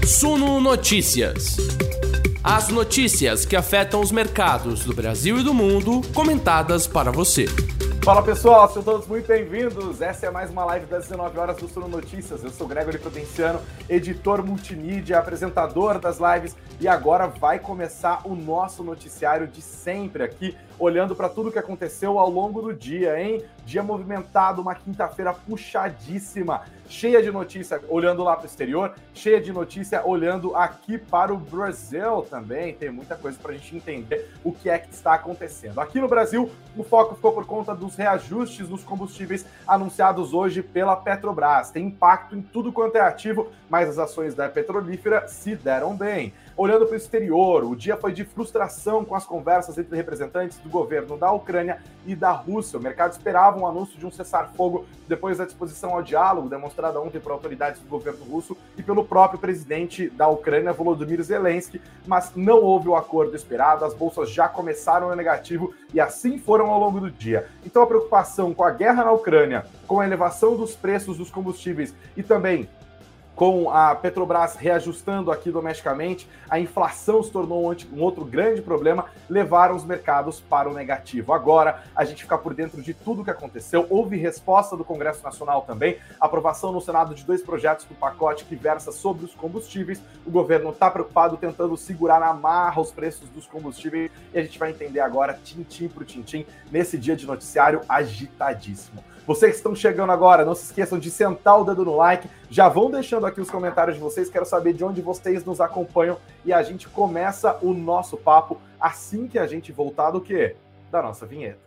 Suno Notícias. As notícias que afetam os mercados do Brasil e do mundo, comentadas para você. Fala pessoal, sejam todos muito bem-vindos. Essa é mais uma live das 19 horas do Suno Notícias. Eu sou Gregory Prudenciano, editor multimídia, apresentador das lives, e agora vai começar o nosso noticiário de sempre aqui, olhando para tudo que aconteceu ao longo do dia, hein? Dia movimentado, uma quinta-feira puxadíssima, cheia de notícia olhando lá para o exterior, cheia de notícia olhando aqui para o Brasil também. Tem muita coisa para a gente entender o que é que está acontecendo. Aqui no Brasil, o foco ficou por conta dos reajustes dos combustíveis anunciados hoje pela Petrobras. Tem impacto em tudo quanto é ativo, mas as ações da petrolífera se deram bem. Olhando para o exterior, o dia foi de frustração com as conversas entre representantes do governo da Ucrânia e da Rússia. O mercado esperava um anúncio de um cessar-fogo depois da disposição ao diálogo demonstrada ontem por autoridades do governo russo e pelo próprio presidente da Ucrânia, Volodymyr Zelensky, mas não houve o acordo esperado, as bolsas já começaram no negativo e assim foram ao longo do dia. Então a preocupação com a guerra na Ucrânia, com a elevação dos preços dos combustíveis e também com a Petrobras reajustando aqui domesticamente, a inflação se tornou um outro grande problema, levaram os mercados para o negativo. Agora, a gente fica por dentro de tudo o que aconteceu. Houve resposta do Congresso Nacional também, aprovação no Senado de 2 projetos do pacote que versa sobre os combustíveis. O governo está preocupado, tentando segurar na marra os preços dos combustíveis, e a gente vai entender agora, tintim por tintim, nesse dia de noticiário agitadíssimo. Vocês que estão chegando agora, não se esqueçam de sentar o dedo no like, já vão deixando aqui os comentários de vocês, quero saber de onde vocês nos acompanham, e a gente começa o nosso papo assim que a gente voltar do quê? Da nossa vinheta.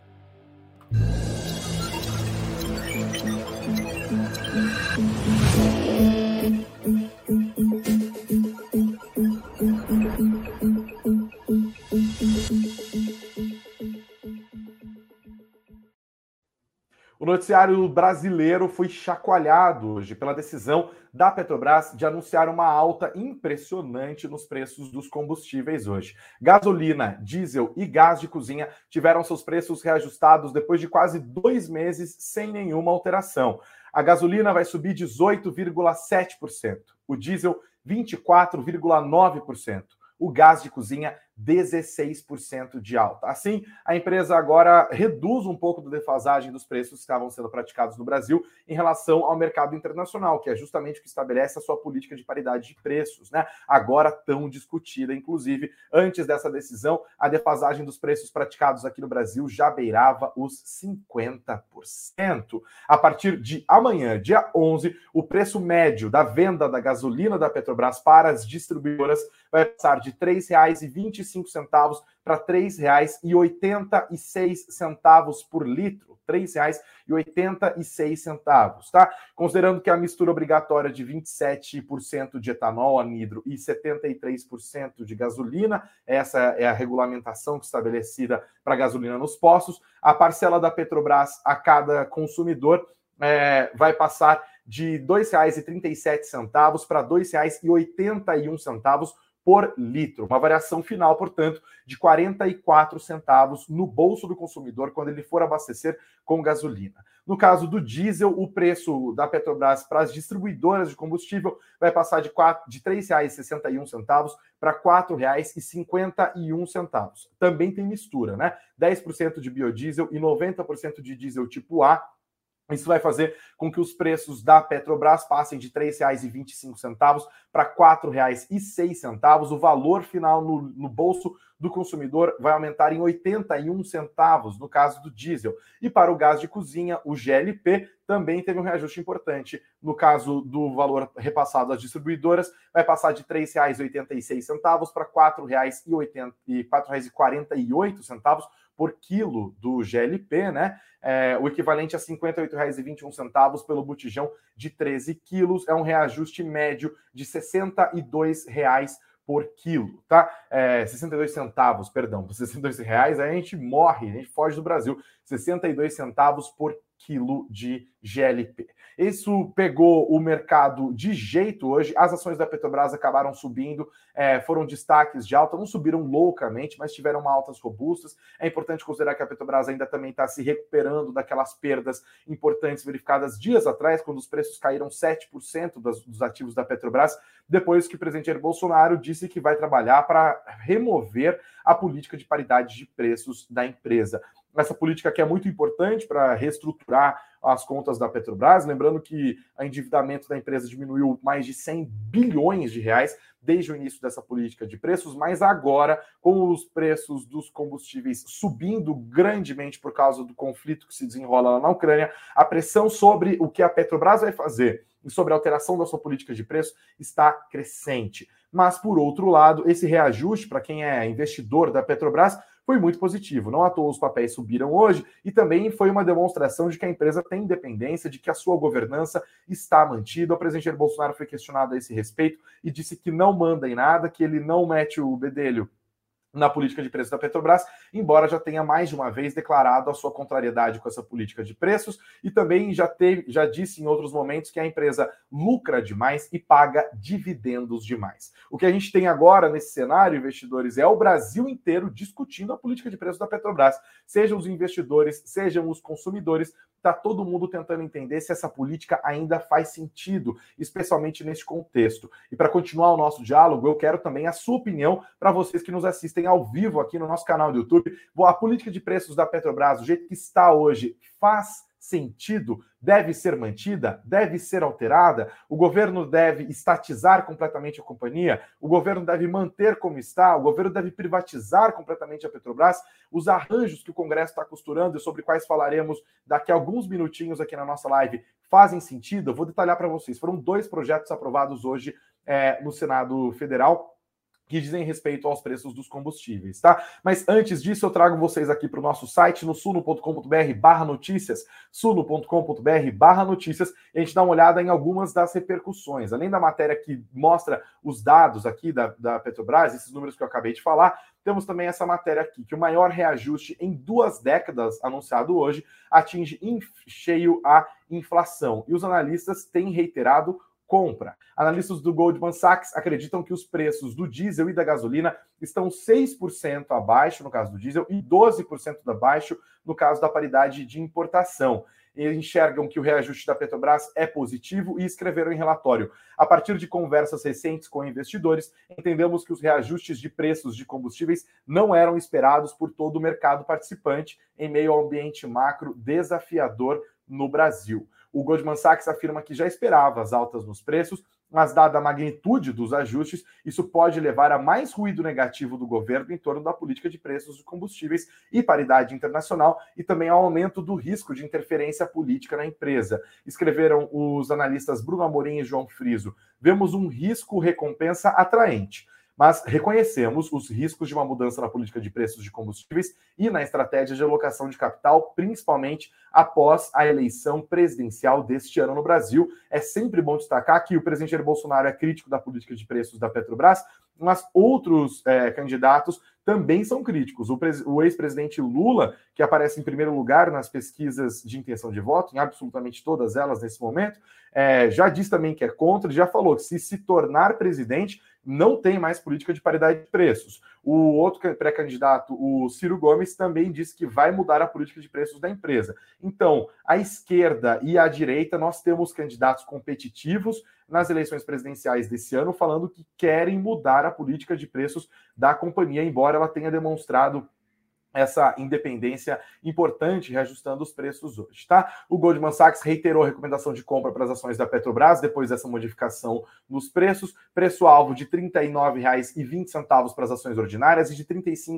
O noticiário brasileiro foi chacoalhado hoje pela decisão da Petrobras de anunciar uma alta impressionante nos preços dos combustíveis hoje. Gasolina, diesel e gás de cozinha tiveram seus preços reajustados depois de quase 2 meses sem nenhuma alteração. A gasolina vai subir 18,7%, o diesel 24,9%. O gás de cozinha, 16% de alta. Assim, a empresa agora reduz um pouco da defasagem dos preços que estavam sendo praticados no Brasil em relação ao mercado internacional, que é justamente o que estabelece a sua política de paridade de preços, né? Agora tão discutida, inclusive, antes dessa decisão, a defasagem dos preços praticados aqui no Brasil já beirava os 50%. A partir de amanhã, dia 11, o preço médio da venda da gasolina da Petrobras para as distribuidoras vai passar de R$ 3,25 para R$ 3,86 por litro. R$ 3,86, tá? Considerando que a mistura obrigatória de 27% de etanol, anidro e 73% de gasolina, essa é a regulamentação estabelecida para gasolina nos postos, a parcela da Petrobras a cada consumidor vai passar de R$ 2,37 para R$ 2,81 por litro. Uma variação final, portanto, de 44 centavos no bolso do consumidor quando ele for abastecer com gasolina. No caso do diesel, o preço da Petrobras para as distribuidoras de combustível vai passar de R$ 3,61 para R$ 4,51. Também tem mistura, né? 10% de biodiesel e 90% de diesel tipo A. Isso vai fazer com que os preços da Petrobras passem de R$ 3,25 para R$ 4,06. O valor final no bolso do consumidor vai aumentar em 81 centavos, no caso do diesel. E para o gás de cozinha, o GLP, também teve um reajuste importante. No caso do valor repassado às distribuidoras, vai passar de R$ 3,86 para R$ 4,48 por quilo do GLP, né? O equivalente a R$ 58,21 pelo botijão de 13 quilos. É um reajuste médio de R$ 62,00 por quilo, tá? 62 centavos, perdão. R$ 62,00, aí a gente morre, a gente foge do Brasil. 62 centavos por quilo de GLP. Isso pegou o mercado de jeito hoje. As ações da Petrobras acabaram subindo, foram destaques de alta, não subiram loucamente, mas tiveram altas robustas. É importante considerar que a Petrobras ainda também está se recuperando daquelas perdas importantes verificadas dias atrás, quando os preços caíram 7% dos ativos da Petrobras, depois que o presidente Jair Bolsonaro disse que vai trabalhar para remover a política de paridade de preços da empresa. Essa política que é muito importante para reestruturar as contas da Petrobras, lembrando que o endividamento da empresa diminuiu mais de 100 bilhões de reais desde o início dessa política de preços, mas agora, com os preços dos combustíveis subindo grandemente por causa do conflito que se desenrola lá na Ucrânia, a pressão sobre o que a Petrobras vai fazer e sobre a alteração da sua política de preço está crescente. Mas, por outro lado, esse reajuste, para quem é investidor da Petrobras, foi muito positivo. Não à toa os papéis subiram hoje e também foi uma demonstração de que a empresa tem independência, de que a sua governança está mantida. O presidente Jair Bolsonaro foi questionado a esse respeito e disse que não manda em nada, que ele não mete o bedelho na política de preços da Petrobras, embora já tenha mais de uma vez declarado a sua contrariedade com essa política de preços e também já disse em outros momentos que a empresa lucra demais e paga dividendos demais. O que a gente tem agora nesse cenário, investidores, é o Brasil inteiro discutindo a política de preços da Petrobras. Sejam os investidores, sejam os consumidores, está todo mundo tentando entender se essa política ainda faz sentido, especialmente neste contexto. E para continuar o nosso diálogo, eu quero também a sua opinião para vocês que nos assistem ao vivo aqui no nosso canal do YouTube. A política de preços da Petrobras, do jeito que está hoje, faz sentido? Deve ser mantida? Deve ser alterada? O governo deve estatizar completamente a companhia? O governo deve manter como está? O governo deve privatizar completamente a Petrobras? Os arranjos que o Congresso está costurando e sobre quais falaremos daqui a alguns minutinhos aqui na nossa live fazem sentido? Eu vou detalhar para vocês. Foram 2 projetos aprovados hoje no Senado Federal que dizem respeito aos preços dos combustíveis, tá? Mas antes disso, eu trago vocês aqui para o nosso site, no suno.com.br/notícias, suno.com.br/notícias, e a gente dá uma olhada em algumas das repercussões. Além da matéria que mostra os dados aqui da Petrobras, esses números que eu acabei de falar, temos também essa matéria aqui, que o maior reajuste em 2 décadas, anunciado hoje, atinge em cheio a inflação. E os analistas têm reiterado compra. Analistas do Goldman Sachs acreditam que os preços do diesel e da gasolina estão 6% abaixo, no caso do diesel, e 12% abaixo no caso da paridade de importação. Eles enxergam que o reajuste da Petrobras é positivo e escreveram em relatório: a partir de conversas recentes com investidores, entendemos que os reajustes de preços de combustíveis não eram esperados por todo o mercado participante em meio ao ambiente macro desafiador no Brasil. O Goldman Sachs afirma que já esperava as altas nos preços, mas dada a magnitude dos ajustes, isso pode levar a mais ruído negativo do governo em torno da política de preços de combustíveis e paridade internacional, e também ao aumento do risco de interferência política na empresa. Escreveram os analistas Bruno Amorim e João Friso: vemos um risco-recompensa atraente, mas reconhecemos os riscos de uma mudança na política de preços de combustíveis e na estratégia de alocação de capital, principalmente após a eleição presidencial deste ano no Brasil. É sempre bom destacar que o presidente Jair Bolsonaro é crítico da política de preços da Petrobras, mas outros candidatos também são críticos. O ex-presidente Lula, que aparece em primeiro lugar nas pesquisas de intenção de voto, em absolutamente todas elas nesse momento, já disse também que é contra, já falou que se tornar presidente, não tem mais política de paridade de preços. O outro pré-candidato, o Ciro Gomes, também disse que vai mudar a política de preços da empresa. Então, à esquerda e à direita, nós temos candidatos competitivos nas eleições presidenciais desse ano, falando que querem mudar a política de preços da companhia, embora ela tenha demonstrado essa independência importante, reajustando os preços hoje, tá? O Goldman Sachs reiterou a recomendação de compra para as ações da Petrobras depois dessa modificação nos preços, preço-alvo de R$ 39,20 para as ações ordinárias e de R$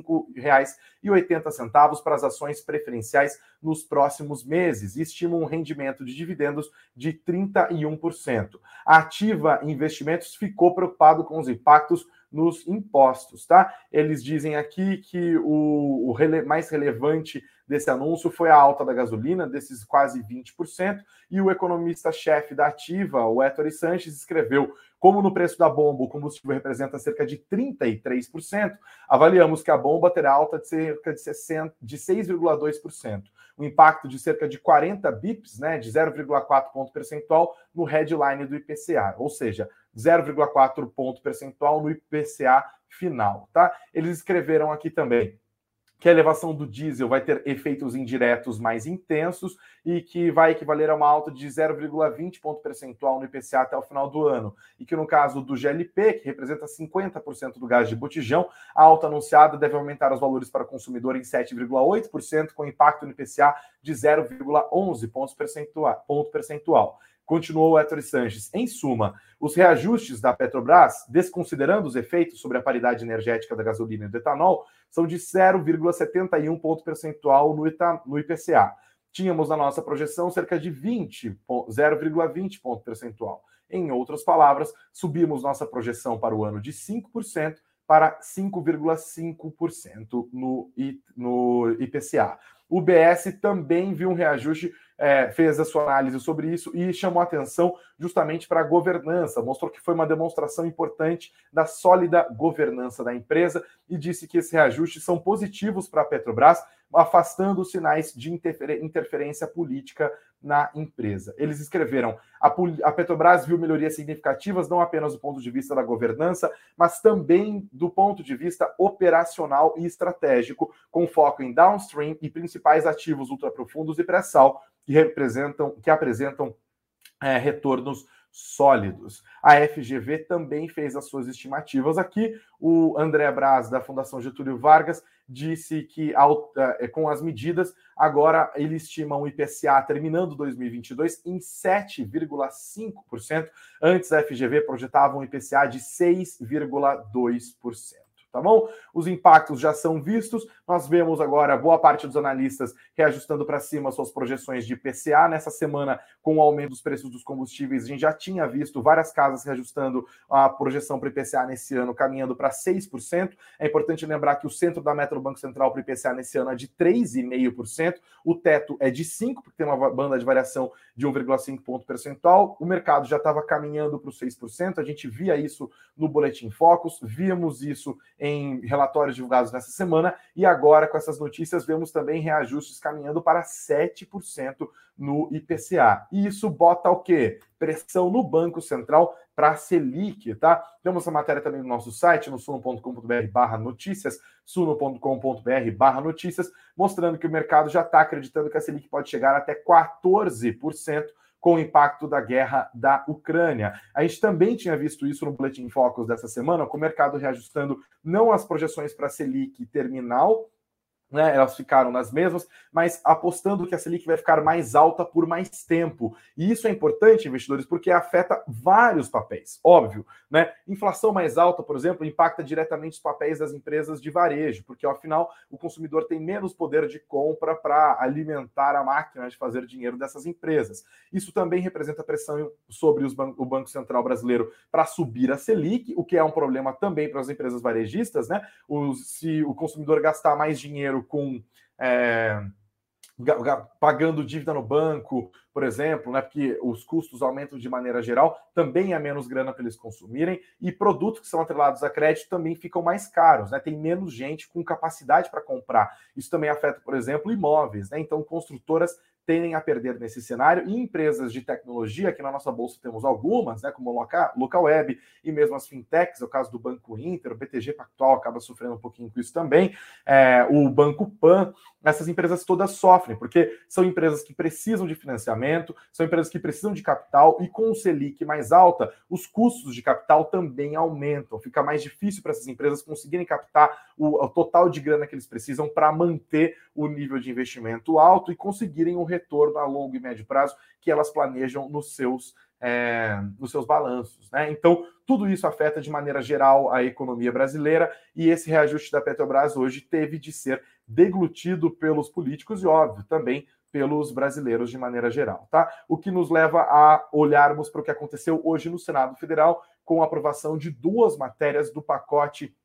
35,80 para as ações preferenciais nos próximos meses, e estima um rendimento de dividendos de 31%. A Ativa Investimentos ficou preocupado com os impactos nos impostos, tá? Eles dizem aqui que o mais relevante desse anúncio foi a alta da gasolina, desses quase 20%, e o economista-chefe da Ativa, o Héctor Sanches, escreveu: como no preço da bomba o combustível representa cerca de 33%, avaliamos que a bomba terá alta de cerca de 6,2%. um impacto de cerca de 40 bips, né, de 0,4 ponto percentual no headline do IPCA, ou seja, 0,4 ponto percentual no IPCA final, tá? Eles escreveram aqui também que a elevação do diesel vai ter efeitos indiretos mais intensos e que vai equivaler a uma alta de 0,20 ponto percentual no IPCA até o final do ano. E que no caso do GLP, que representa 50% do gás de botijão, a alta anunciada deve aumentar os valores para o consumidor em 7,8%, com impacto no IPCA de 0,11 ponto percentual. Continuou o Héctor Sanches. Em suma, os reajustes da Petrobras, desconsiderando os efeitos sobre a paridade energética da gasolina e do etanol, são de 0,71 ponto percentual no IPCA. Tínhamos na nossa projeção cerca de 0,20 ponto percentual. Em outras palavras, subimos nossa projeção para o ano de 5% para 5,5% no IPCA. O BS também viu um reajuste, fez a sua análise sobre isso e chamou atenção justamente para a governança, mostrou que foi uma demonstração importante da sólida governança da empresa e disse que esses reajustes são positivos para a Petrobras, afastando os sinais de interferência política na empresa. Eles escreveram: a Petrobras viu melhorias significativas não apenas do ponto de vista da governança, mas também do ponto de vista operacional e estratégico, com foco em downstream e principais ativos ultraprofundos e pré-sal que apresentam retornos sólidos. A FGV também fez as suas estimativas aqui. O André Braz, da Fundação Getúlio Vargas, disse que com as medidas, agora ele estima o IPCA terminando 2022 em 7,5%. Antes a FGV projetava um IPCA de 6,2%. Tá bom? Os impactos já são vistos. Nós vemos agora boa parte dos analistas reajustando para cima suas projeções de IPCA. Nessa semana, com o aumento dos preços dos combustíveis, a gente já tinha visto várias casas reajustando a projeção para o IPCA nesse ano, caminhando para 6%. É importante lembrar que o centro da meta do Banco Central para o IPCA nesse ano é de 3,5%. O teto é de 5%, porque tem uma banda de variação de 1,5 ponto percentual. O mercado já estava caminhando para os 6%. A gente via isso no Boletim Focus, víamos isso em relatórios divulgados nessa semana, e agora, com essas notícias, vemos também reajustes caminhando para 7% no IPCA. E isso bota o quê? Pressão no Banco Central para a Selic, tá? Temos essa matéria também no nosso site, no suno.com.br/notícias, suno.com.br/notícias, mostrando que o mercado já está acreditando que a Selic pode chegar até 14%, com o impacto da guerra da Ucrânia. A gente também tinha visto isso no Boletim Focus dessa semana, com o mercado reajustando não as projeções para a Selic terminal, né, elas ficaram nas mesmas, mas apostando que a Selic vai ficar mais alta por mais tempo. E isso é importante, investidores, porque afeta vários papéis. Óbvio, né? Inflação mais alta, por exemplo, impacta diretamente os papéis das empresas de varejo, porque, afinal, o consumidor tem menos poder de compra para alimentar a máquina de fazer dinheiro dessas empresas. Isso também representa pressão sobre o Banco Central brasileiro para subir a Selic, o que é um problema também para as empresas varejistas, né? Se o consumidor gastar mais dinheiro com pagando dívida no banco, por exemplo, né, porque os custos aumentam de maneira geral, também há menos grana para eles consumirem, e produtos que são atrelados a crédito também ficam mais caros, né, tem menos gente com capacidade para comprar. Isso também afeta, por exemplo, imóveis, né, então construtoras tendem a perder nesse cenário, e empresas de tecnologia, aqui na nossa bolsa temos algumas, né, como o Localweb e mesmo as fintechs, é o caso do Banco Inter, o BTG Pactual acaba sofrendo um pouquinho com isso também, o Banco Pan, essas empresas todas sofrem, porque são empresas que precisam de financiamento, são empresas que precisam de capital, e com o Selic mais alta, os custos de capital também aumentam, fica mais difícil para essas empresas conseguirem captar o total de grana que eles precisam para manter o nível de investimento alto e conseguirem um retorno a longo e médio prazo que elas planejam nos seus balanços, né? Então, tudo isso afeta de maneira geral a economia brasileira, e esse reajuste da Petrobras hoje teve de ser deglutido pelos políticos e, óbvio, também pelos brasileiros de maneira geral, tá? O que nos leva a olharmos para o que aconteceu hoje no Senado Federal com a aprovação de duas matérias do pacote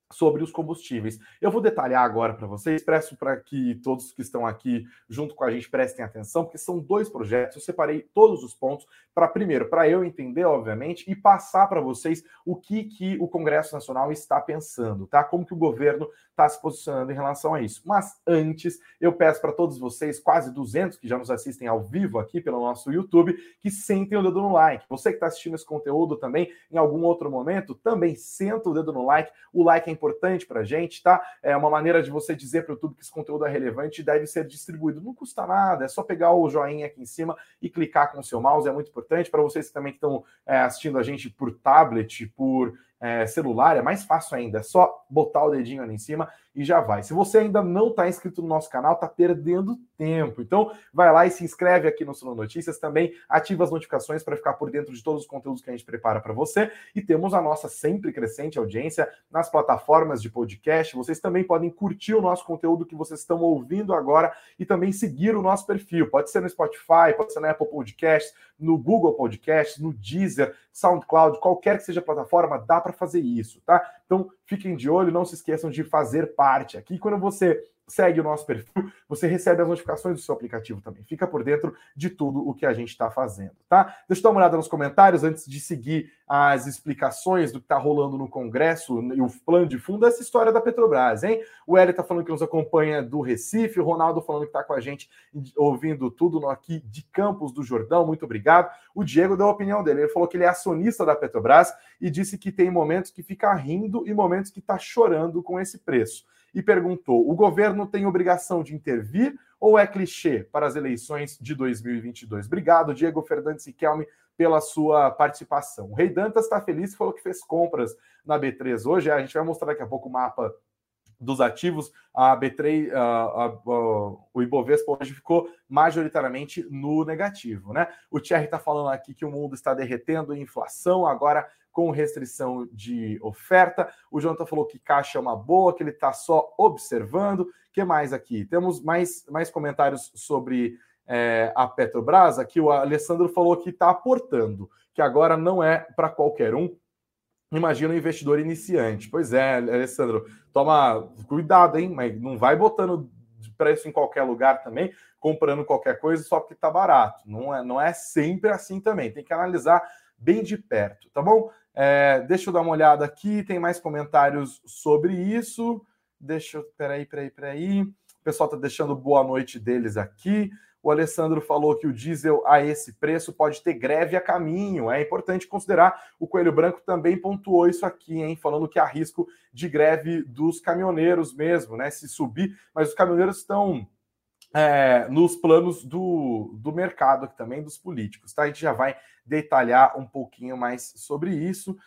sobre os combustívees. Eu vou detalhar agora para vocês, peço para que todos que estão aqui junto com a gente prestem atenção, porque são 2 projetos, eu separei todos os pontos primeiro, para eu entender, obviamente, e passar para vocês o que o Congresso Nacional está pensando, tá? Como que o governo está se posicionando em relação a isso. Mas antes, eu peço para todos vocês, quase 200 que já nos assistem ao vivo aqui pelo nosso YouTube, que sentem o dedo no like. Você que está assistindo esse conteúdo também, em algum outro momento, também senta o dedo no like. O like é importante para a gente, tá? É uma maneira de você dizer para o YouTube que esse conteúdo é relevante e deve ser distribuído. Não custa nada, é só pegar o joinha aqui em cima e clicar com o seu mouse, é muito importante. Para vocês também que estão assistindo a gente por tablet, por celular, é mais fácil ainda, é só botar o dedinho ali em cima e já vai. Se você ainda não está inscrito no nosso canal, está perdendo tempo. Então, vai lá e se inscreve aqui no Suno Notícias, também ativa as notificações para ficar por dentro de todos os conteúdos que a gente prepara para você. E temos a nossa sempre crescente audiência nas plataformas de podcast. Vocês também podem curtir o nosso conteúdo que vocês estão ouvindo agora e também seguir o nosso perfil. Pode ser no Spotify, pode ser na Apple Podcasts, no Google Podcasts, no Deezer, SoundCloud, qualquer que seja a plataforma, dá para fazer isso, tá? Então, fiquem de olho, não se esqueçam de fazer parte aqui. Quando você segue o nosso perfil, você recebe as notificações do seu aplicativo também. Fica por dentro de tudo o que a gente está fazendo, tá? Deixa eu dar uma olhada nos comentários antes de seguir as explicações do que está rolando no Congresso e o plano de fundo dessa história da Petrobras, hein? O Hélio está falando que nos acompanha do Recife, o Ronaldo falando que está com a gente ouvindo tudo aqui de Campos do Jordão, muito obrigado. O Diego deu a opinião dele, ele falou que ele é acionista da Petrobras e disse que tem momentos que fica rindo e momentos que está chorando com esse preço. E perguntou, o governo tem obrigação de intervir ou é clichê para as eleições de 2022? Obrigado, Diego Fernandes Riquelme, pela sua participação. O Rei Dantas está feliz e falou que fez compras na B3 hoje. A gente vai mostrar daqui a pouco o mapa dos ativos. A B3, o Ibovespa hoje ficou majoritariamente no negativo, né? O Thierry está falando aqui que o mundo está derretendo em inflação, agora com restrição de oferta. O Jonathan falou que caixa é uma boa, que ele está só observando. O que mais aqui? Temos mais comentários sobre a Petrobras. Aqui o Alessandro falou que está aportando, que agora não é para qualquer um. Imagina um investidor iniciante. Pois é, Alessandro, toma cuidado, hein? Mas não vai botando preço em qualquer lugar também, comprando qualquer coisa só porque está barato. Não é sempre assim também. Tem que analisar bem de perto, tá bom? Deixa eu dar uma olhada aqui, tem mais comentários sobre isso. Peraí. O pessoal está deixando boa noite deles aqui. O Alessandro falou que o diesel a esse preço pode ter greve a caminho. É importante considerar. O Coelho Branco também pontuou isso aqui, hein? Falando que há risco de greve dos caminhoneiros mesmo, né? Se subir, mas os caminhoneiros estão nos planos do mercado aqui também, dos políticos, tá? A gente já vai detalhar um pouquinho mais sobre isso.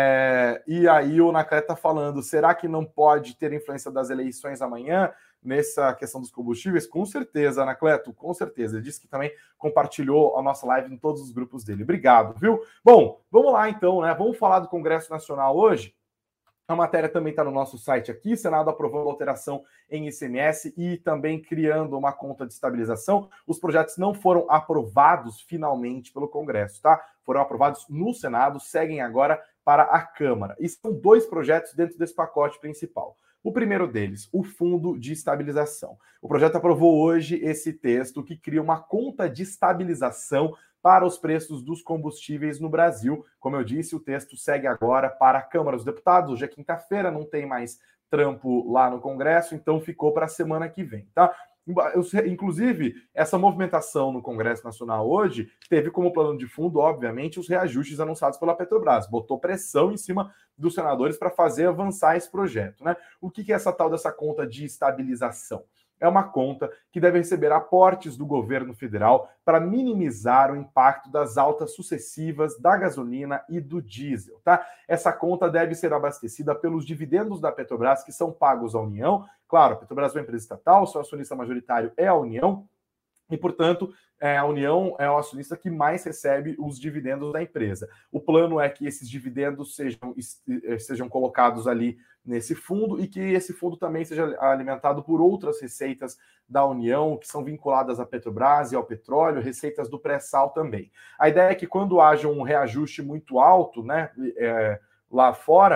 E aí o Nacleto está falando, será que não pode ter influência das eleições amanhã nessa questão dos combustíveis? Com certeza, Anacleto, com certeza. Ele disse que também compartilhou a nossa live em todos os grupos dele. Obrigado, viu? Bom, vamos lá então, né? Vamos falar do Congresso Nacional hoje. A matéria também está no nosso site aqui, Senado aprovando alteração em ICMS e também criando uma conta de estabilização. Os projetos não foram aprovados finalmente pelo Congresso, tá? Foram aprovados no Senado, seguem agora para a Câmara. E são 2 projetos dentro desse pacote principal. O primeiro deles, o Fundo de Estabilização. O projeto aprovou hoje esse texto que cria uma conta de estabilização para os preços dos combustíveis no Brasil. Como eu disse, o texto segue agora para a Câmara dos Deputados. Hoje é quinta-feira, não tem mais trampo lá no Congresso, então ficou para a semana que vem, tá? Inclusive, essa movimentação no Congresso Nacional hoje teve como plano de fundo, obviamente, os reajustes anunciados pela Petrobras. Botou pressão em cima dos senadores para fazer avançar esse projeto, né? O que é essa tal dessa conta de estabilização? É uma conta que deve receber aportes do governo federal para minimizar o impacto das altas sucessivas da gasolina e do diesel, tá? Essa conta deve ser abastecida pelos dividendos da Petrobras que são pagos à União. Claro, a Petrobras é uma empresa estatal, seu acionista majoritário é a União, e, portanto, a União é o acionista que mais recebe os dividendos da empresa. O plano é que esses dividendos sejam colocados ali nesse fundo e que esse fundo também seja alimentado por outras receitas da União, que são vinculadas à Petrobras e ao petróleo, receitas do pré-sal também. A ideia é que quando haja um reajuste muito alto, né, lá fora,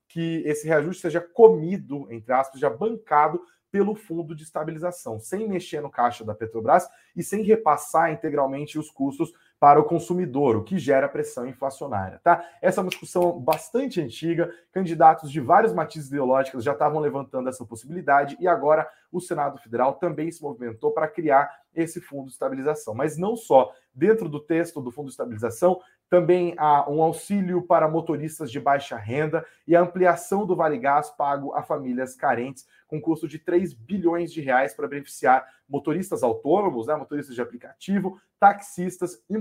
que esse reajuste seja comido, entre aspas, seja bancado pelo Fundo de Estabilização, sem mexer no caixa da Petrobras e sem repassar integralmente os custos para o consumidor, o que gera pressão inflacionária, tá? Essa é uma discussão bastante antiga, candidatos de vários matizes ideológicos já estavam levantando essa possibilidade e agora o Senado Federal também se movimentou para criar esse Fundo de Estabilização. Mas não só, dentro do texto do Fundo de Estabilização, também há um auxílio para motoristas de baixa renda e a ampliação do Vale Gás pago a famílias carentes, com custo de 3 bilhões de reais para beneficiar motoristas autônomos, né, motoristas de aplicativo, taxistas e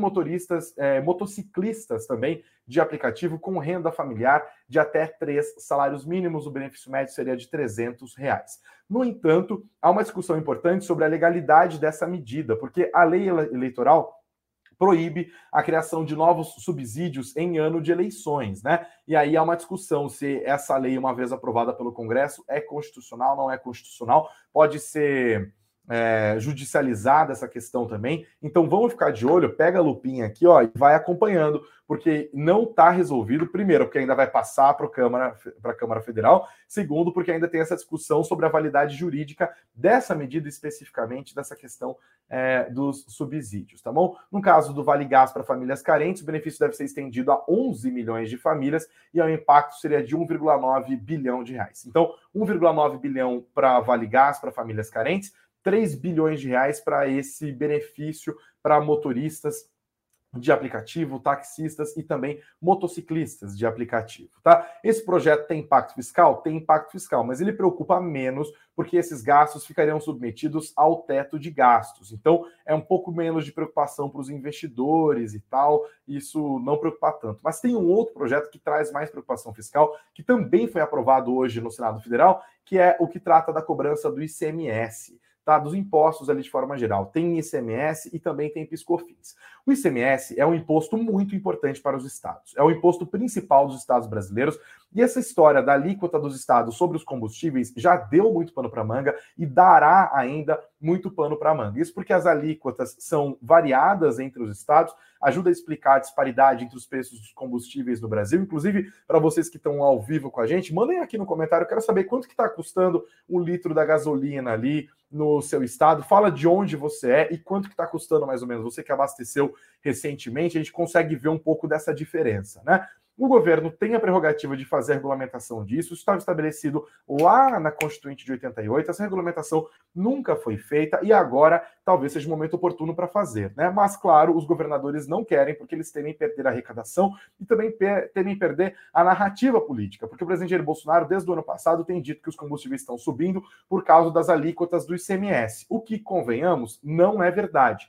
motociclistas também de aplicativo com renda familiar de até 3 salários mínimos. O benefício médio seria de R$300. No entanto, há uma discussão importante sobre a legalidade dessa medida, porque a lei eleitoral proíbe a criação de novos subsídios em ano de eleições, né? E aí há uma discussão se essa lei, uma vez aprovada pelo Congresso, é constitucional, não é constitucional, pode ser judicializada essa questão também. Então vamos ficar de olho, pega a lupinha aqui, ó, e vai acompanhando, porque não está resolvido. Primeiro, porque ainda vai passar para a Câmara Federal. Segundo, porque ainda tem essa discussão sobre a validade jurídica dessa medida, especificamente dessa questão dos subsídios, tá bom? No caso do Vale Gás para famílias carentes, o benefício deve ser estendido a 11 milhões de famílias e o impacto seria de 1,9 bilhão de reais. Então, 1,9 bilhão para Vale Gás para famílias carentes, 3 bilhões de reais para esse benefício para motoristas de aplicativo, taxistas e também motociclistas de aplicativo, tá? Esse projeto tem impacto fiscal? Tem impacto fiscal, mas ele preocupa menos porque esses gastos ficariam submetidos ao teto de gastos. Então, é um pouco menos de preocupação para os investidores e tal, isso não preocupa tanto. Mas tem um outro projeto que traz mais preocupação fiscal, que também foi aprovado hoje no Senado Federal, que é o que trata da cobrança do ICMS. Tá, dos impostos ali de forma geral. Tem ICMS e também tem PIS/COFINS. O ICMS é um imposto muito importante para os estados. É o imposto principal dos estados brasileiros. E essa história da alíquota dos estados sobre os combustíveis já deu muito pano para manga e dará ainda muito pano para manga. Isso porque as alíquotas são variadas entre os estados, ajuda a explicar a disparidade entre os preços dos combustíveis no Brasil. Inclusive, para vocês que estão ao vivo com a gente, mandem aqui no comentário, eu quero saber quanto que está custando um litro da gasolina ali no seu estado. Fala de onde você é e quanto que está custando mais ou menos. Você que abasteceu recentemente, a gente consegue ver um pouco dessa diferença, né? O governo tem a prerrogativa de fazer a regulamentação disso, isso estava estabelecido lá na Constituinte de 88, essa regulamentação nunca foi feita e agora talvez seja o momento oportuno para fazer, né? Mas, claro, os governadores não querem porque eles temem perder a arrecadação e também temem perder a narrativa política, porque o presidente Jair Bolsonaro, desde o ano passado, tem dito que os combustíveis estão subindo por causa das alíquotas do ICMS, o que, convenhamos, não é verdade.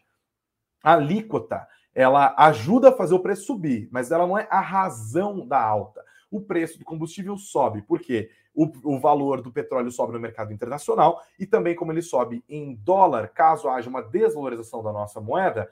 A alíquota, ela ajuda a fazer o preço subir, mas ela não é a razão da alta. O preço do combustível sobe, porque o valor do petróleo sobe no mercado internacional e também como ele sobe em dólar, caso haja uma desvalorização da nossa moeda,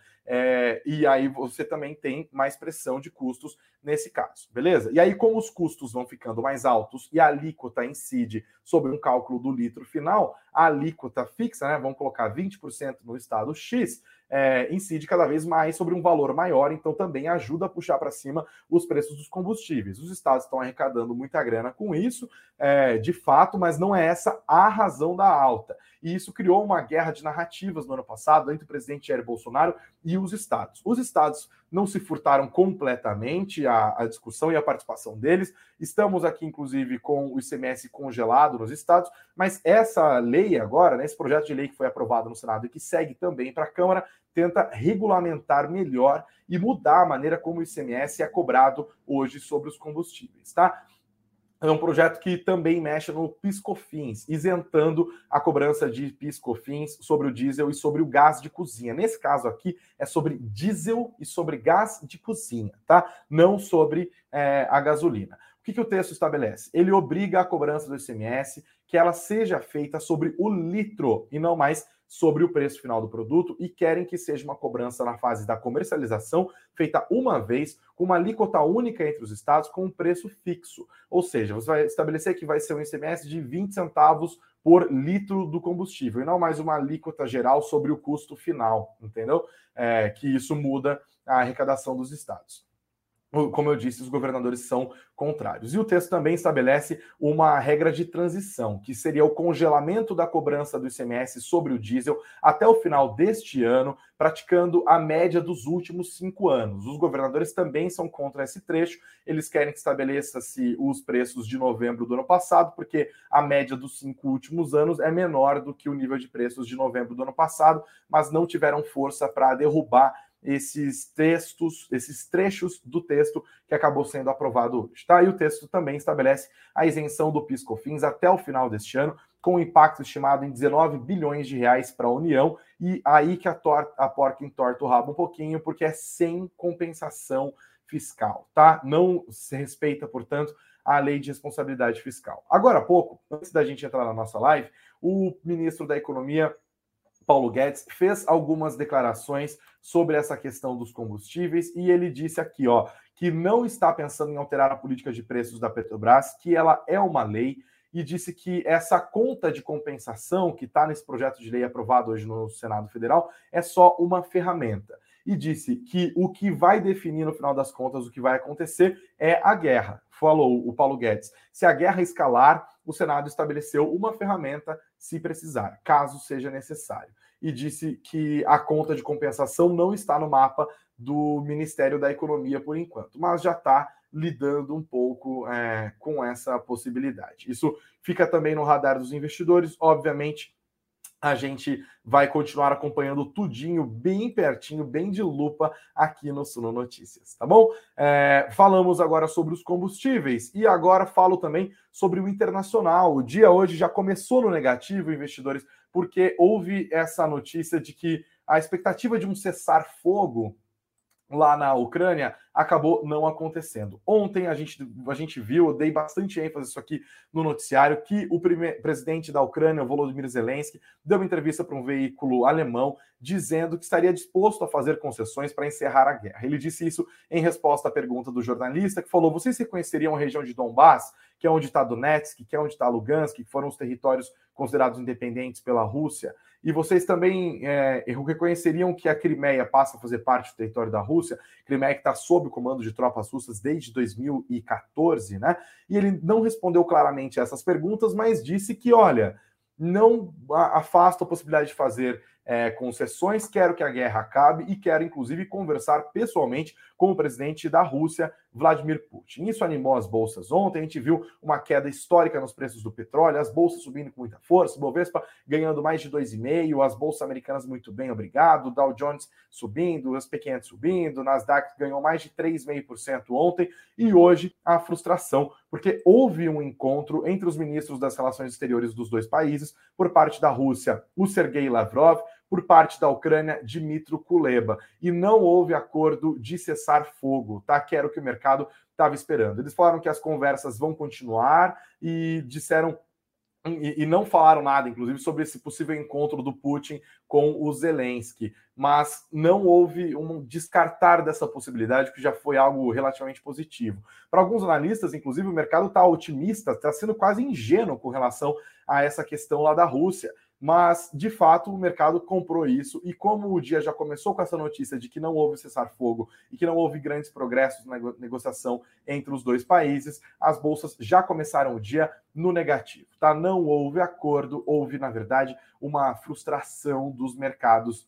e aí você também tem mais pressão de custos nesse caso, beleza? E aí como os custos vão ficando mais altos e a alíquota incide sobre um cálculo do litro final, a alíquota fixa, né, vamos colocar 20% no estado X, incide cada vez mais sobre um valor maior, então também ajuda a puxar para cima os preços dos combustíveis. Os estados estão arrecadando muita grana com isso, de fato, mas não é essa a razão da alta. E isso criou uma guerra de narrativas no ano passado entre o presidente Jair Bolsonaro e os estados. Os estados não se furtaram completamente a discussão e a participação deles. Estamos aqui, inclusive, com o ICMS congelado nos estados, mas essa lei agora, né, esse projeto de lei que foi aprovado no Senado e que segue também para a Câmara, tenta regulamentar melhor e mudar a maneira como o ICMS é cobrado hoje sobre os combustíveis, tá? É um projeto que também mexe no PIS/COFINS, isentando a cobrança de PIS/COFINS sobre o diesel e sobre o gás de cozinha. Nesse caso aqui, é sobre diesel e sobre gás de cozinha, tá? Não sobre a gasolina. O que o texto estabelece? Ele obriga a cobrança do ICMS que ela seja feita sobre o litro e não mais sobre o preço final do produto e querem que seja uma cobrança na fase da comercialização feita uma vez com uma alíquota única entre os estados com um preço fixo. Ou seja, você vai estabelecer que vai ser um ICMS de 20 centavos por litro do combustível e não mais uma alíquota geral sobre o custo final, entendeu? Que isso muda a arrecadação dos estados. como eu disse, os governadores são contrários. E o texto também estabelece uma regra de transição, que seria o congelamento da cobrança do ICMS sobre o diesel até o final deste ano, praticando a média dos últimos 5 anos. Os governadores também são contra esse trecho, eles querem que estabeleça-se os preços de novembro do ano passado, porque a média dos 5 últimos anos é menor do que o nível de preços de novembro do ano passado, mas não tiveram força para derrubar esses trechos do texto que acabou sendo aprovado hoje, tá? E o texto também estabelece a isenção do PIS/COFINS até o final deste ano, com um impacto estimado em 19 bilhões de reais para a União, e aí que a porca entorta o rabo um pouquinho, porque é sem compensação fiscal, tá? Não se respeita, portanto, a lei de responsabilidade fiscal. Agora há pouco, antes da gente entrar na nossa live, o ministro da Economia, Paulo Guedes, fez algumas declarações sobre essa questão dos combustíveis e ele disse aqui, ó, que não está pensando em alterar a política de preços da Petrobras, que ela é uma lei, e disse que essa conta de compensação que está nesse projeto de lei aprovado hoje no Senado Federal é só uma ferramenta. E disse que o que vai definir, no final das contas, o que vai acontecer é a guerra. Falou o Paulo Guedes. Se a guerra escalar, o Senado estabeleceu uma ferramenta se precisar, caso seja necessário. E disse que a conta de compensação não está no mapa do Ministério da Economia por enquanto, mas já está lidando um pouco com essa possibilidade. Isso fica também no radar dos investidores, obviamente. A gente vai continuar acompanhando tudinho, bem pertinho, bem de lupa aqui no Suno Notícias, tá bom? Falamos agora sobre os combustíveis e agora falo também sobre o internacional. O dia hoje já começou no negativo, investidores, porque houve essa notícia de que a expectativa de um cessar-fogo lá na Ucrânia acabou não acontecendo. Ontem a gente viu, eu dei bastante ênfase isso aqui no noticiário, que o presidente da Ucrânia, Volodymyr Zelensky, deu uma entrevista para um veículo alemão dizendo que estaria disposto a fazer concessões para encerrar a guerra. Ele disse isso em resposta à pergunta do jornalista, que falou: vocês reconheceriam a região de Donbass, que é onde está Donetsk, que é onde está Lugansk, que foram os territórios considerados independentes pela Rússia, e vocês também reconheceriam que a Crimeia passa a fazer parte do território da Rússia, Crimeia que está sob o comando de tropas russas desde 2014, né? E ele não respondeu claramente a essas perguntas, mas disse que, olha, não afasta a possibilidade de fazer concessões, quero que a guerra acabe e quero, inclusive, conversar pessoalmente com o presidente da Rússia, Vladimir Putin. Isso animou as bolsas ontem, a gente viu uma queda histórica nos preços do petróleo, as bolsas subindo com muita força, o Bovespa ganhando mais de 2,5%, as bolsas americanas muito bem, obrigado, Dow Jones subindo, o SP500 subindo, Nasdaq ganhou mais de 3,5% ontem, e hoje a frustração, porque houve um encontro entre os ministros das relações exteriores dos dois países, por parte da Rússia, o Sergei Lavrov, por parte da Ucrânia, Dmytro Kuleba, e não houve acordo de cessar fogo, tá? Que era o que o mercado estava esperando. Eles falaram que as conversas vão continuar e disseram e não falaram nada, inclusive, sobre esse possível encontro do Putin com o Zelensky, mas não houve um descartar dessa possibilidade, que já foi algo relativamente positivo. Para alguns analistas, inclusive, o mercado está otimista, está sendo quase ingênuo com relação a essa questão lá da Rússia, mas, de fato, o mercado comprou isso, e como o dia já começou com essa notícia de que não houve cessar-fogo e que não houve grandes progressos na negociação entre os dois países, as bolsas já começaram o dia no negativo, tá? Não houve acordo, houve, na verdade, uma frustração dos mercados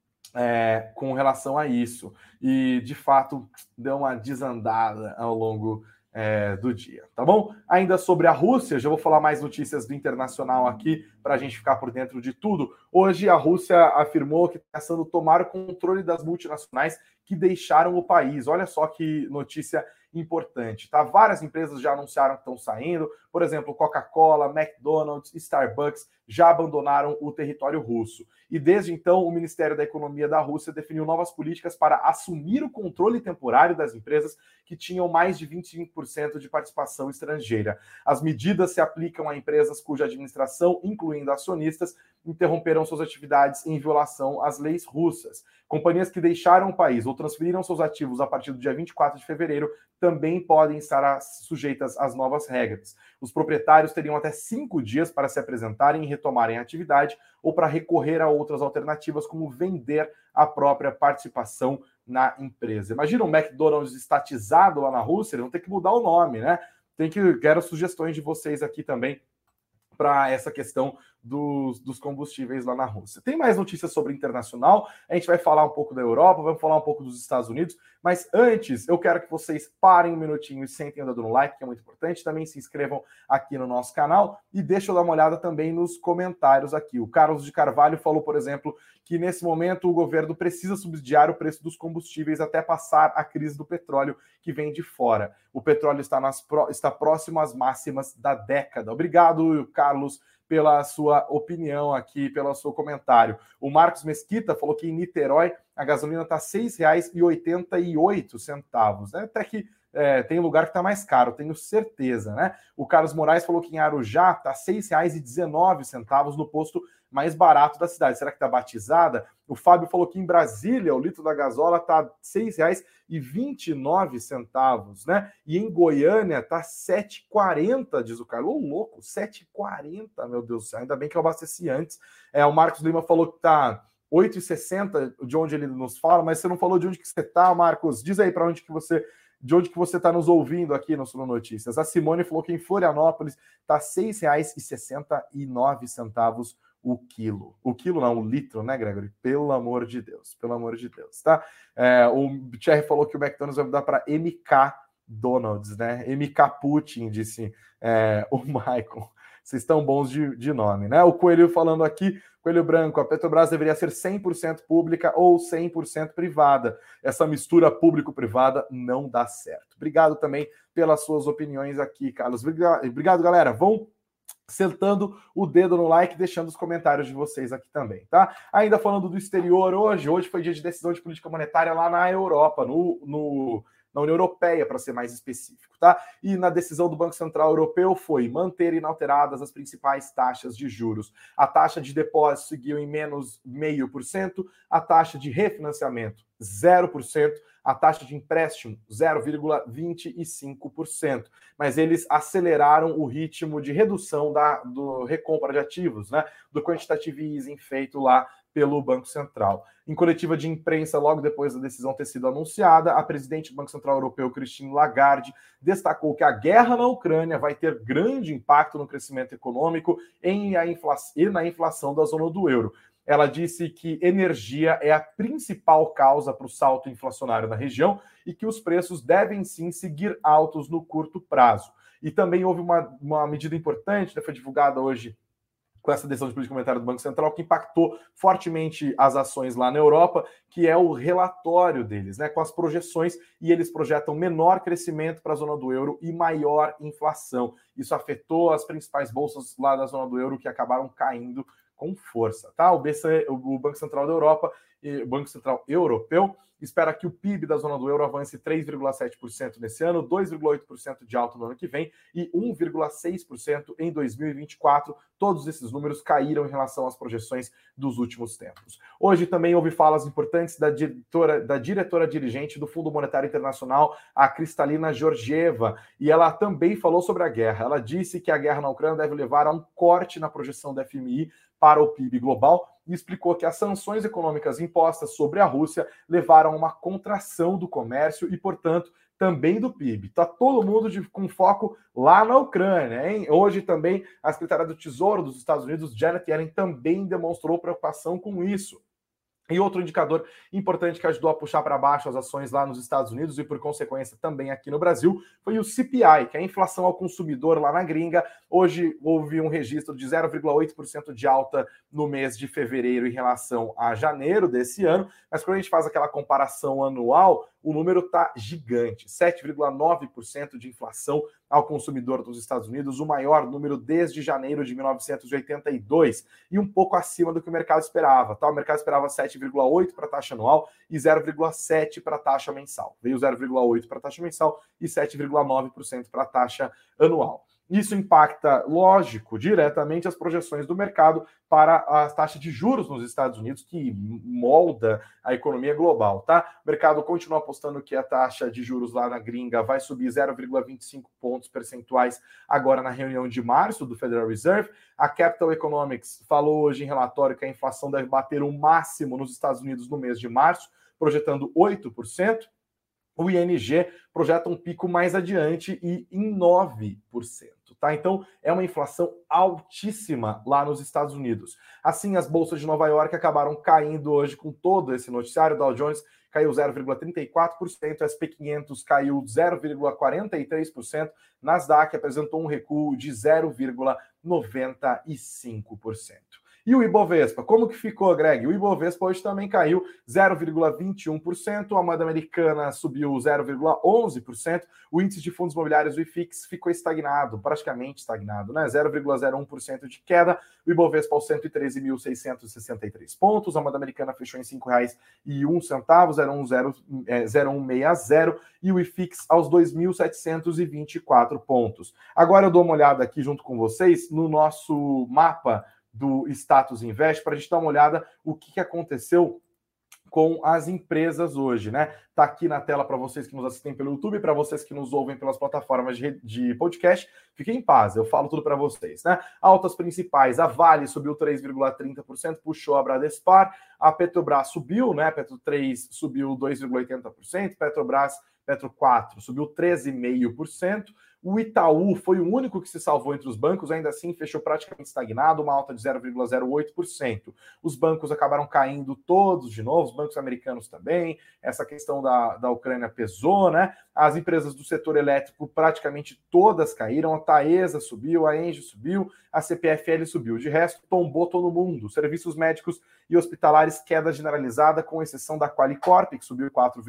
com relação a isso, e, de fato, deu uma desandada ao longo do dia, tá bom? Ainda sobre a Rússia, já vou falar mais notícias do internacional aqui para a gente ficar por dentro de tudo. Hoje a Rússia afirmou que está tentando tomar o controle das multinacionais que deixaram o país. Olha só que notícia importante, tá? Várias empresas já anunciaram que estão saindo, por exemplo, Coca-Cola, McDonald's, Starbucks já abandonaram o território russo. E desde então, o Ministério da Economia da Rússia definiu novas políticas para assumir o controle temporário das empresas que tinham mais de 25% de participação estrangeira. As medidas se aplicam a empresas cuja administração, incluindo acionistas, interromperão suas atividades em violação às leis russas. Companhias que deixaram o país ou transferiram seus ativos a partir do dia 24 de fevereiro também podem estar sujeitas às novas regras. Os proprietários teriam até 5 dias para se apresentarem e retomarem a atividade ou para recorrer a outras alternativas, como vender a própria participação na empresa. Imagina um McDonald's estatizado lá na Rússia, eles vão ter que mudar o nome, né? Quero sugestões de vocês aqui também para essa questão dos combustíveis lá na Rússia. Tem mais notícias sobre internacional, a gente vai falar um pouco da Europa, vamos falar um pouco dos Estados Unidos, mas antes eu quero que vocês parem um minutinho e sentem o dedo no like, que é muito importante, também se inscrevam aqui no nosso canal e deixa eu dar uma olhada também nos comentários aqui. O Carlos de Carvalho falou, por exemplo, que nesse momento o governo precisa subsidiar o preço dos combustíveis até passar a crise do petróleo que vem de fora. O petróleo está próximo às máximas da década. Obrigado, Carlos, pela sua opinião aqui, pelo seu comentário. O Marcos Mesquita falou que em Niterói a gasolina está R$ 6,88, né? Até que tem lugar que está mais caro, tenho certeza, né? O Carlos Moraes falou que em Arujá está R$ 6,19 no posto mais barato da cidade. Será que está batizada? O Fábio falou que em Brasília o litro da gasola está R$ 6,29, né? E em Goiânia está R$ 7,40, diz o Carlos. Ô, louco, R$ 7,40, meu Deus do céu. Ainda bem que eu abasteci antes. O Marcos Lima falou que está R$ 8,60, de onde ele nos fala, mas você não falou de onde que você está, Marcos. Diz aí para onde que você... De onde que você está nos ouvindo aqui no Suno Notícias. A Simone falou que em Florianópolis está R$ 6,69 o quilo. O quilo não, o litro, né, Gregory? Pelo amor de Deus, tá? O Thierry falou que o McDonald's vai mudar para MK Donald's, né? MK Putin, disse o Michael. Vocês estão bons de nome, né? O Coelho falando aqui, Coelho Branco, a Petrobras deveria ser 100% pública ou 100% privada. Essa mistura público-privada não dá certo. Obrigado também pelas suas opiniões aqui, Carlos. Obrigado, galera. Vão sentando o dedo no like, deixando os comentários de vocês aqui também, tá? Ainda falando do exterior, hoje foi dia de decisão de política monetária lá na Europa, na União Europeia, para ser mais específico, tá? E na decisão do Banco Central Europeu foi manter inalteradas as principais taxas de juros. A taxa de depósito seguiu em menos 0,5%, a taxa de refinanciamento 0%, a taxa de empréstimo 0,25%. Mas eles aceleraram o ritmo de redução do recompra de ativos, né? Do quantitative easing feito lá pelo Banco Central. Em coletiva de imprensa, logo depois da decisão ter sido anunciada, a presidente do Banco Central Europeu, Christine Lagarde, destacou que a guerra na Ucrânia vai ter grande impacto no crescimento econômico e na inflação da zona do euro. Ela disse que energia é a principal causa para o salto inflacionário na região e que os preços devem sim seguir altos no curto prazo. E também houve uma medida importante, né, foi divulgada hoje com essa decisão de política monetária do Banco Central, que impactou fortemente as ações lá na Europa, que é o relatório deles, né, com as projeções, e eles projetam menor crescimento para a zona do euro e maior inflação. Isso afetou as principais bolsas lá da zona do euro, que acabaram caindo com força, tá? O Banco Central da Europa e o Banco Central Europeu espera que o PIB da zona do euro avance 3,7% nesse ano, 2,8% de alta no ano que vem e 1,6% em 2024. Todos esses números caíram em relação às projeções dos últimos tempos. Hoje também houve falas importantes da diretora dirigente do Fundo Monetário Internacional, a Kristalina Georgieva, e ela também falou sobre a guerra. Ela disse que a guerra na Ucrânia deve levar a um corte na projeção da FMI para o PIB global e explicou que as sanções econômicas impostas sobre a Rússia levaram a uma contração do comércio e, portanto, também do PIB. Está todo mundo com foco lá na Ucrânia, hein? Hoje também a secretária do Tesouro dos Estados Unidos, Janet Yellen, também demonstrou preocupação com isso. E outro indicador importante que ajudou a puxar para baixo as ações lá nos Estados Unidos e, por consequência, também aqui no Brasil, foi o CPI, que é a inflação ao consumidor lá na gringa. Hoje houve um registro de 0,8% de alta no mês de fevereiro em relação a janeiro desse ano, mas quando a gente faz aquela comparação anual, o número está gigante, 7,9% de inflação ao consumidor dos Estados Unidos, o maior número desde janeiro de 1982, e um pouco acima do que o mercado esperava. Tá? O mercado esperava 7,8% para a taxa anual e 0,7% para a taxa mensal. Veio 0,8% para a taxa mensal e 7,9% para a taxa anual. Isso impacta, lógico, diretamente as projeções do mercado para a taxa de juros nos Estados Unidos, que molda a economia global, tá? O mercado continua apostando que a taxa de juros lá na gringa vai subir 0,25 pontos percentuais agora na reunião de março do Federal Reserve. A Capital Economics falou hoje em relatório que a inflação deve bater o máximo nos Estados Unidos no mês de março, projetando 8%. O ING projeta um pico mais adiante e em 9%. Tá? Então, é uma inflação altíssima lá nos Estados Unidos. Assim, as bolsas de Nova York acabaram caindo hoje com todo esse noticiário. O Dow Jones caiu 0,34%, o S&P 500 caiu 0,43%, Nasdaq apresentou um recuo de 0,95%. E o Ibovespa, como que ficou, Greg? O Ibovespa hoje também caiu 0,21%, a moeda americana subiu 0,11%, o índice de fundos imobiliários, o IFIX, ficou estagnado, praticamente estagnado, né? 0,01% de queda, o Ibovespa aos 113.663 pontos, a moeda americana fechou em R$ 5,01, 0,160, e o IFIX aos 2.724 pontos. Agora eu dou uma olhada aqui junto com vocês no nosso mapa do Status Invest, para a gente dar uma olhada o que aconteceu com as empresas hoje, né? Tá aqui na tela para vocês que nos assistem pelo YouTube, para vocês que nos ouvem pelas plataformas de podcast, fiquem em paz, eu falo tudo para vocês, né? Altas principais, a Vale subiu 3,30%, puxou a Bradespar, a Petrobras subiu, né? Petro 3 subiu 2,80%, Petro 4 subiu 13,5%, o Itaú foi o único que se salvou entre os bancos, ainda assim fechou praticamente estagnado, uma alta de 0,08%. Os bancos acabaram caindo todos de novo, os bancos americanos também, essa questão da Ucrânia pesou, né? As empresas do setor elétrico praticamente todas caíram, a Taesa subiu, a Engie subiu, a CPFL subiu. De resto, tombou todo mundo. Serviços médicos e hospitalares, queda generalizada, com exceção da Qualicorp, que subiu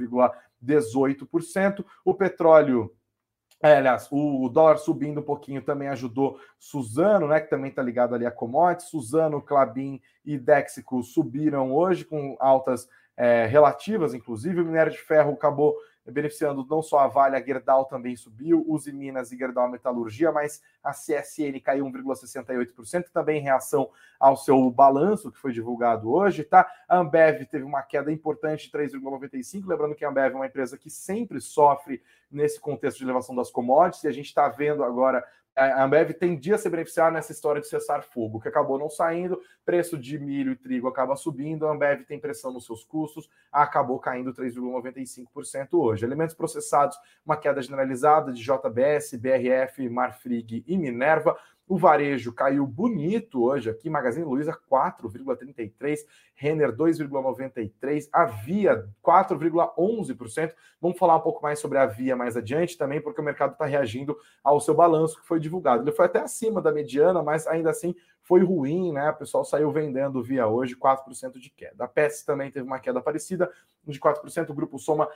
4,18%. O petróleo... aliás, o dólar subindo um pouquinho também ajudou Suzano, né, que também está ligado ali a commodities. Suzano, Klabin e Dexico subiram hoje com altas relativas, inclusive. O minério de ferro acabou beneficiando não só a Vale, a Gerdau também subiu, Uzi Minas e Gerdau Metalurgia, mas a CSN caiu 1,68%, também em reação ao seu balanço que foi divulgado hoje, tá? A Ambev teve uma queda importante de 3,95%, lembrando que a Ambev é uma empresa que sempre sofre nesse contexto de elevação das commodities, e a gente está vendo agora a Ambev tendia a se beneficiar nessa história de cessar fogo, que acabou não saindo, preço de milho e trigo acaba subindo, a Ambev tem pressão nos seus custos, acabou caindo 3,95% hoje. Alimentos processados, uma queda generalizada de JBS, BRF, Marfrig e Minerva. O varejo caiu bonito hoje aqui, Magazine Luiza 4,33%, Renner 2,93%, a Via 4,11%. Vamos falar um pouco mais sobre a Via mais adiante também, porque o mercado está reagindo ao seu balanço que foi divulgado. Ele foi até acima da mediana, mas ainda assim foi ruim, né? O pessoal saiu vendendo Via hoje, 4% de queda. A PES também teve uma queda parecida, de 4%, o Grupo Soma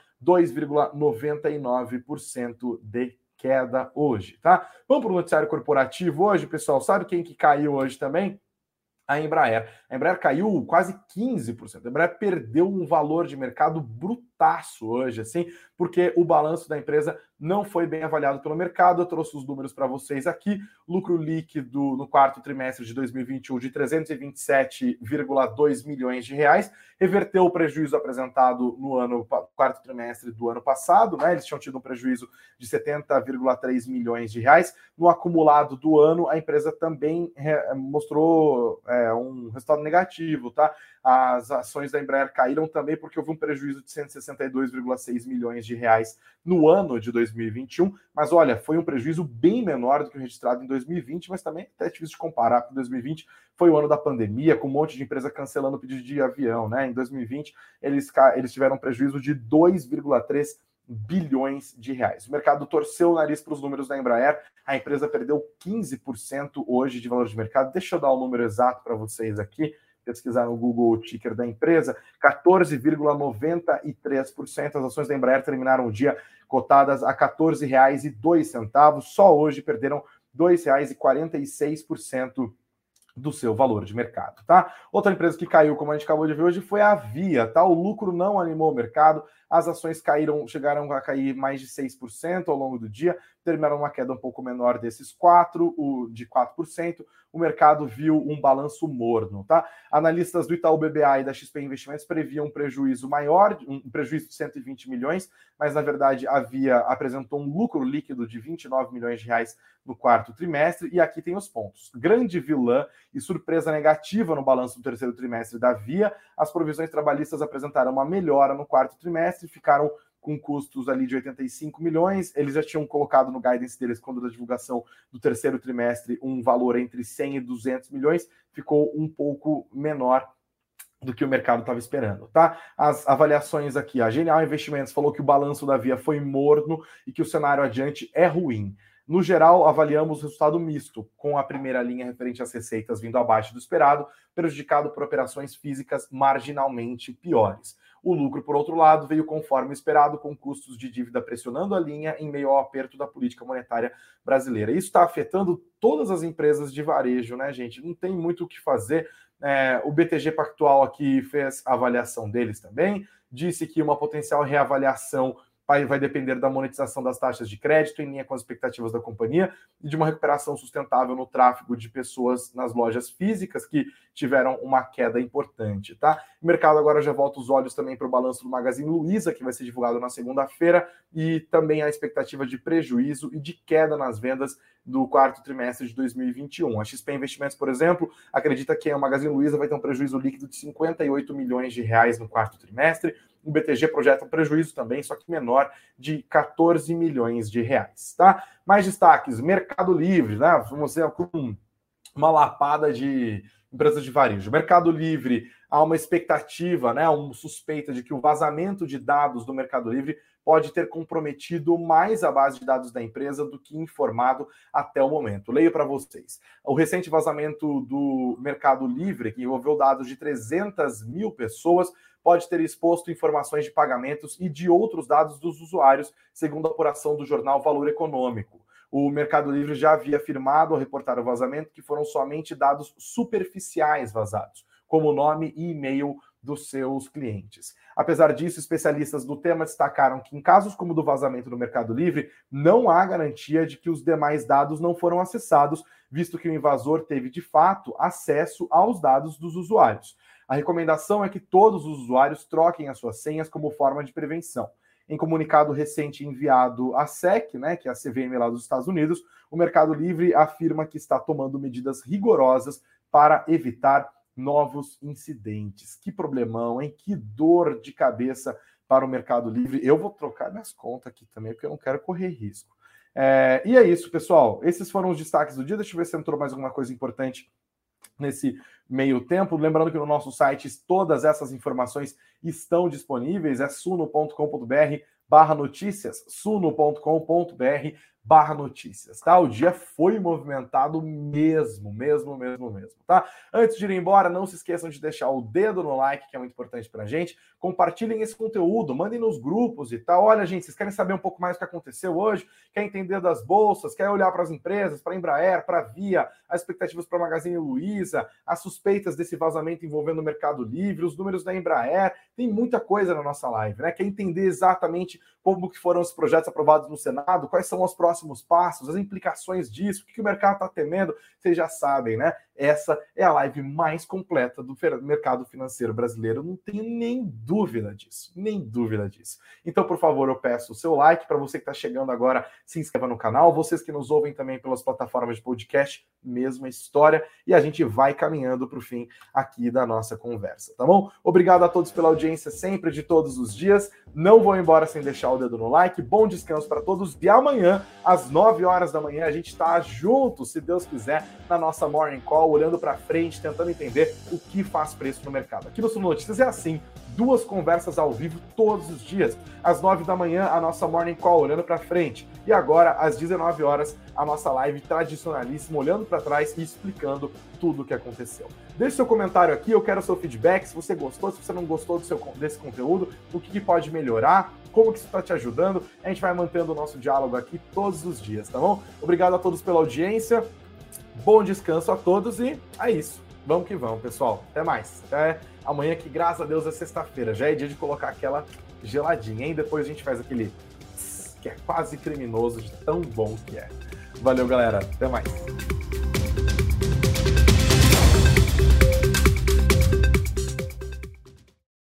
2,99% de queda hoje, tá? Vamos para o noticiário corporativo hoje, pessoal. Sabe quem que caiu hoje também? A Embraer. A Embraer caiu quase 15%. A Embraer perdeu um valor de mercado brutaço hoje, assim, porque o balanço da empresa não foi bem avaliado pelo mercado. Eu trouxe os números para vocês aqui. Lucro líquido no quarto trimestre de 2021 de 327,2 milhões de reais. Reverteu o prejuízo apresentado no quarto trimestre do ano passado, né? Eles tinham tido um prejuízo de 70,3 milhões de reais. No acumulado do ano, a empresa também mostrou um resultado negativo, tá? As ações da Embraer caíram também porque houve um prejuízo de 162,6 milhões de reais no ano de 2021, mas olha, foi um prejuízo bem menor do que o registrado em 2020, mas também é difícil de comparar, porque 2020 foi o ano da pandemia, com um monte de empresa cancelando o pedido de avião, né? Em 2020, eles tiveram um prejuízo de 2,3 bilhões de reais. O mercado torceu o nariz para os números da Embraer, a empresa perdeu 15% hoje de valor de mercado. Deixa eu dar o número exato para vocês aqui, pesquisar no Google o ticker da empresa, 14,93%. As ações da Embraer terminaram o dia cotadas a R$ 14,02. Só hoje perderam R$ 2,46% do seu valor de mercado, tá? Outra empresa que caiu, como a gente acabou de ver hoje, foi a Via, tá? O lucro não animou o mercado, as ações chegaram a cair mais de 6% ao longo do dia, terminaram uma queda um pouco menor desses 4%. O mercado viu um balanço morno, tá? Analistas do Itaú BBA e da XP Investimentos previam um prejuízo maior, um prejuízo de 120 milhões, mas na verdade a Via apresentou um lucro líquido de 29 milhões de reais no quarto trimestre, e aqui tem os pontos. Grande vilã e surpresa negativa no balanço do terceiro trimestre da Via. As provisões trabalhistas apresentaram uma melhora no quarto trimestre, ficaram com custos ali de 85 milhões. Eles já tinham colocado no guidance deles, quando da divulgação do terceiro trimestre, um valor entre 100 e 200 milhões, ficou um pouco menor do que o mercado estava esperando, tá? As avaliações aqui, a Genial Investimentos falou que o balanço da Via foi morno e que o cenário adiante é ruim. No geral, avaliamos o resultado misto, com a primeira linha referente às receitas vindo abaixo do esperado, prejudicado por operações físicas marginalmente piores. O lucro, por outro lado, veio conforme esperado, com custos de dívida pressionando a linha em meio ao aperto da política monetária brasileira. Isso está afetando todas as empresas de varejo, né, gente? Não tem muito o que fazer. O BTG Pactual aqui fez a avaliação deles também, disse que uma potencial reavaliação vai depender da monetização das taxas de crédito, em linha com as expectativas da companhia, e de uma recuperação sustentável no tráfego de pessoas nas lojas físicas, que tiveram uma queda importante, tá? O mercado agora já volta os olhos também para o balanço do Magazine Luiza, que vai ser divulgado na segunda-feira, e também a expectativa de prejuízo e de queda nas vendas do quarto trimestre de 2021. A XP Investimentos, por exemplo, acredita que a Magazine Luiza vai ter um prejuízo líquido de 58 milhões de reais no quarto trimestre. O BTG projeta um prejuízo também, só que menor, de 14 milhões de reais, tá? Mais destaques, Mercado Livre, né? Vamos ver com uma lapada de empresas de varejo. Mercado Livre, há uma expectativa, né? Uma suspeita de que o vazamento de dados do Mercado Livre pode ter comprometido mais a base de dados da empresa do que informado até o momento. Leio para vocês. O recente vazamento do Mercado Livre, que envolveu dados de 300 mil pessoas, pode ter exposto informações de pagamentos e de outros dados dos usuários, segundo a apuração do jornal Valor Econômico. O Mercado Livre já havia afirmado ao reportar o vazamento que foram somente dados superficiais vazados, como nome e e-mail dos seus clientes. Apesar disso, especialistas do tema destacaram que em casos como o do vazamento do Mercado Livre, não há garantia de que os demais dados não foram acessados, visto que o invasor teve, de fato, acesso aos dados dos usuários. A recomendação é que todos os usuários troquem as suas senhas como forma de prevenção. Em comunicado recente enviado à SEC, né, que é a CVM lá dos Estados Unidos, o Mercado Livre afirma que está tomando medidas rigorosas para evitar novos incidentes. Que problemão, hein? Que dor de cabeça para o Mercado Livre. Eu vou trocar minhas contas aqui também, porque eu não quero correr risco. E é isso, pessoal. Esses foram os destaques do dia. Deixa eu ver se entrou mais alguma coisa importante nesse meio tempo. Lembrando que no nosso site todas essas informações estão disponíveis, é suno.com.br/notícias, suno.com.br/notícias, tá? O dia foi movimentado mesmo, tá? Antes de ir embora, não se esqueçam de deixar o dedo no like, que é muito importante pra gente. Compartilhem esse conteúdo, mandem nos grupos e tal. Olha, gente, vocês querem saber um pouco mais do que aconteceu hoje? Quer entender das bolsas? Quer olhar para as empresas, para a Embraer, para a Via, as expectativas para a Magazine Luiza, as suspeitas desse vazamento envolvendo o Mercado Livre, os números da Embraer? Tem muita coisa na nossa live, né? Quer entender exatamente como que foram os projetos aprovados no Senado, quais são os próximos passos, as implicações disso, o que o mercado está temendo? Vocês já sabem, né? Essa é a live mais completa do mercado financeiro brasileiro. Não tenho nem dúvida disso. Então, por favor, eu peço o seu like. Para você que está chegando agora, se inscreva no canal. Vocês que nos ouvem também pelas plataformas de podcast, mesma história. E a gente vai caminhando para o fim aqui da nossa conversa, tá bom? Obrigado a todos pela audiência sempre, de todos os dias. Não vou embora sem deixar o dedo no like. Bom descanso para todos. E amanhã, às 9 horas da manhã, a gente está junto, se Deus quiser, na nossa Morning Call, olhando para frente, tentando entender o que faz preço no mercado. Aqui no Suno Notícias é assim, 2 conversas ao vivo todos os dias. Às 9 da manhã, a nossa Morning Call, olhando para frente. E agora, às 19 horas, a nossa live tradicionalíssima, olhando para trás e explicando tudo o que aconteceu. Deixe seu comentário aqui, eu quero seu feedback, se você gostou, se você não gostou desse conteúdo, o que pode melhorar, como que isso está te ajudando. A gente vai mantendo o nosso diálogo aqui todos os dias, tá bom? Obrigado a todos pela audiência, bom descanso a todos e é isso. Vamos que vamos, pessoal. Até mais. Até amanhã, que graças a Deus é sexta-feira. Já é dia de colocar aquela geladinha, hein? Depois a gente faz aquele que é quase criminoso de tão bom que é. Valeu, galera. Até mais.